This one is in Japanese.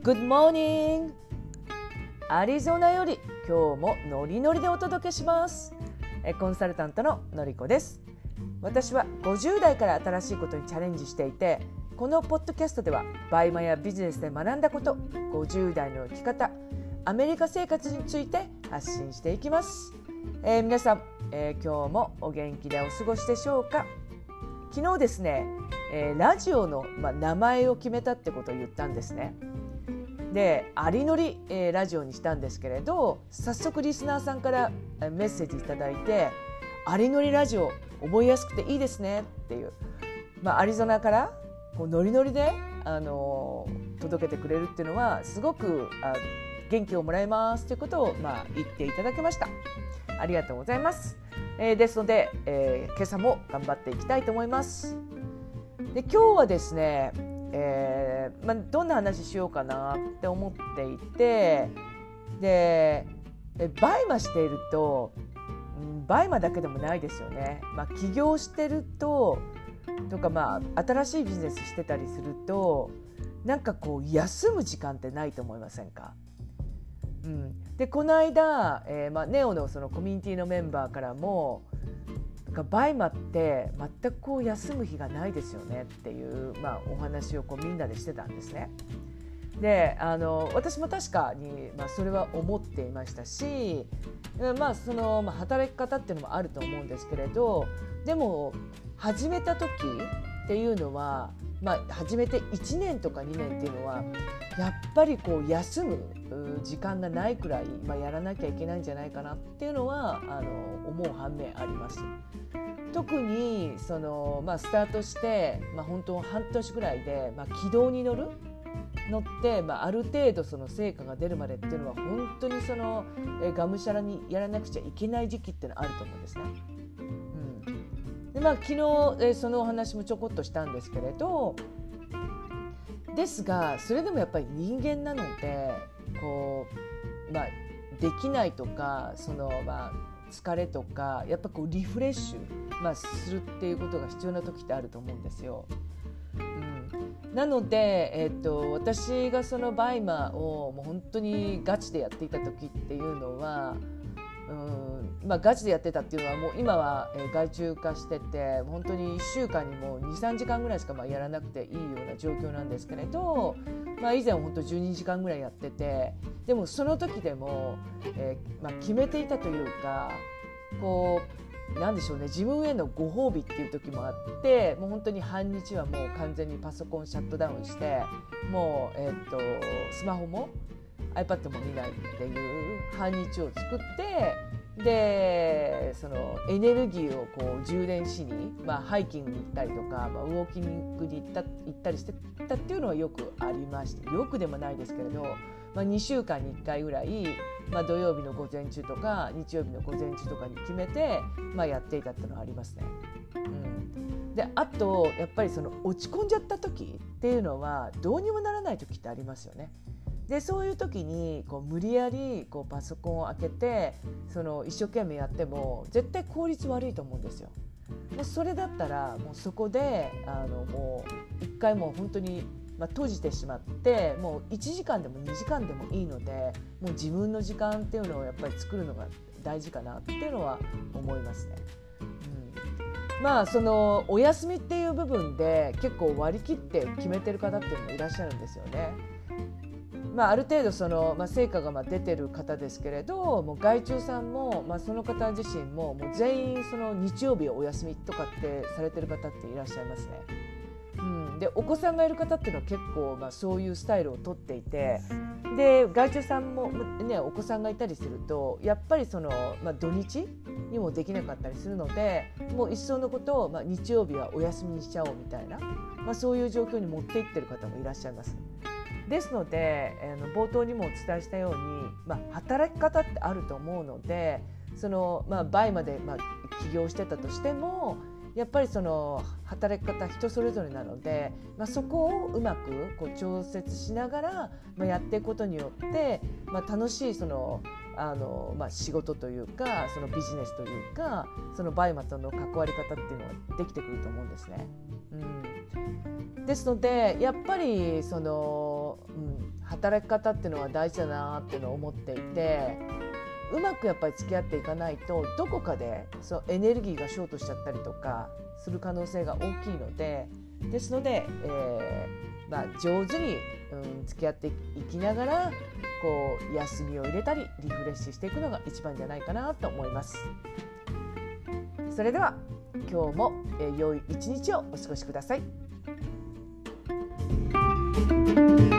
Good morning! アリゾナより今日もノリノリでお届けします。コンサルタントののりこです。私は50代から新しいことにチャレンジしていて、このポッドキャストではバイマやビジネスで学んだこと、50代の生き方、アメリカ生活について発信していきます。皆さん、今日もお元気でお過ごしでしょうか。昨日ですね、ラジオの、名前を決めたってことを言ったんですね。で、ありのり、ラジオにしたんですけれど、早速リスナーさんからメッセージいただいて、ありのりラジオ覚えやすくていいですねっていう、アリゾナからこうノリノリで、届けてくれるっていうのはすごく元気をもらえますということを、言っていただけました。ありがとうございます。ですので、今朝も頑張っていきたいと思います。で、今日はですね、どんな話しようかなって思っていて、でバイマしていると、バイマだけでもないですよね。起業してるとか、新しいビジネスしてたりすると、なんかこう休む時間ってないと思いませんか？でこの間、ネオのそのコミュニティのメンバーからも、バイマって全くこう休む日がないですよねっていう、お話をこうみんなでしてたんですね。で私も確かに、それは思っていましたし、その、働き方っていうのもあると思うんですけれど、でも始めた時っていうのは、始めて1年とか2年っていうのはやっぱりこう休む時間がないくらい、やらなきゃいけないんじゃないかなっていうのは思う反面あります。特にその、スタートして、本当半年ぐらいで、軌道に乗って、ある程度その成果が出るまでっていうのは本当にそのがむしゃらにやらなくちゃいけない時期っていうのはあると思うんですね。で昨日、そのお話もちょこっとしたんですけれど、ですがそれでもやっぱり人間なので、こう、できないとか、その、疲れとか、やっぱこうリフレッシュ、するっていうことが必要な時ってあると思うんですよ。なので、私がそのバイマをもう本当にガチでやっていた時っていうのは、ガチでやってたっていうのはもう今は外注化してて、本当に1週間にも 2,3 時間ぐらいしかやらなくていいような状況なんですけれど、以前は本当12時間ぐらいやってて、でもその時でも、決めていたというか、こうなんでしょうね、自分へのご褒美っていう時もあって、もう本当に半日はもう完全にパソコンシャットダウンして、もう、スマホも iPad も見ないっていう半日を作って、でそのエネルギーをこう充電しに、ハイキングに行ったりとか、ウォーキングに行ったりしてたっていうのはよくありまして、よくでもないですけれど、2週間に1回ぐらい、土曜日の午前中とか日曜日の午前中とかに決めて、やっていたっていうのはありますね。であとやっぱりその落ち込んじゃった時っていうのはどうにもならない時ってありますよね。でそういう時にこう無理やりこうパソコンを開けてその一生懸命やっても絶対効率悪いと思うんですよ。もうそれだったらもうそこでもう一回もう本当に閉じてしまって、もう1時間でも2時間でもいいので、もう自分の時間っていうのをやっぱり作るのが大事かなっていうのは思いますね。そのお休みっていう部分で結構割り切って決めてる方っていうのもいらっしゃるんですよね。ある程度その、成果が出てる方ですけれど、もう外注さんも、その方自身も、もう全員その日曜日お休みとかってされてる方っていらっしゃいますね。でお子さんがいる方っていうのは結構、そういうスタイルをとっていて、で外注さんも、お子さんがいたりするとやっぱりその、土日にもできなかったりするので、もう一層のことを、日曜日はお休みにしちゃおうみたいな、そういう状況に持っていってる方もいらっしゃいます。ですので冒頭にもお伝えしたように、働き方ってあると思うので、その、倍まで、起業してたとしてもやっぱりその働き方人それぞれなので、そこをうまくこう調節しながら、やっていくことによって、楽しいその、 仕事というかそのビジネスというかそのバイオマスとの関わり方っていうのができてくると思うんですね。ですのでやっぱりその、働き方っていうのは大事だなっていうのを思っていて、うまくやっぱり付き合っていかないとどこかでそのエネルギーがショートしちゃったりとかする可能性が大きいので、ですので、上手に、付き合っていきながらこう休みを入れたりリフレッシュしていくのが一番じゃないかなと思います。それでは今日も、良い一日をお過ごしください。